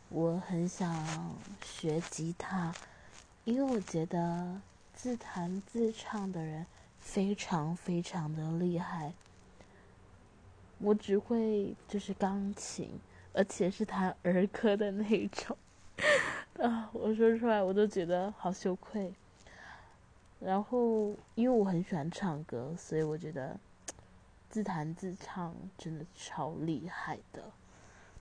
我很想学吉他，因为我觉得自弹自唱的人非常非常的厉害。我只会就是钢琴，而且是弹儿歌的那种我说出来我都觉得好羞愧。然后因为我很喜欢唱歌，所以我觉得自弹自唱真的超厉害的。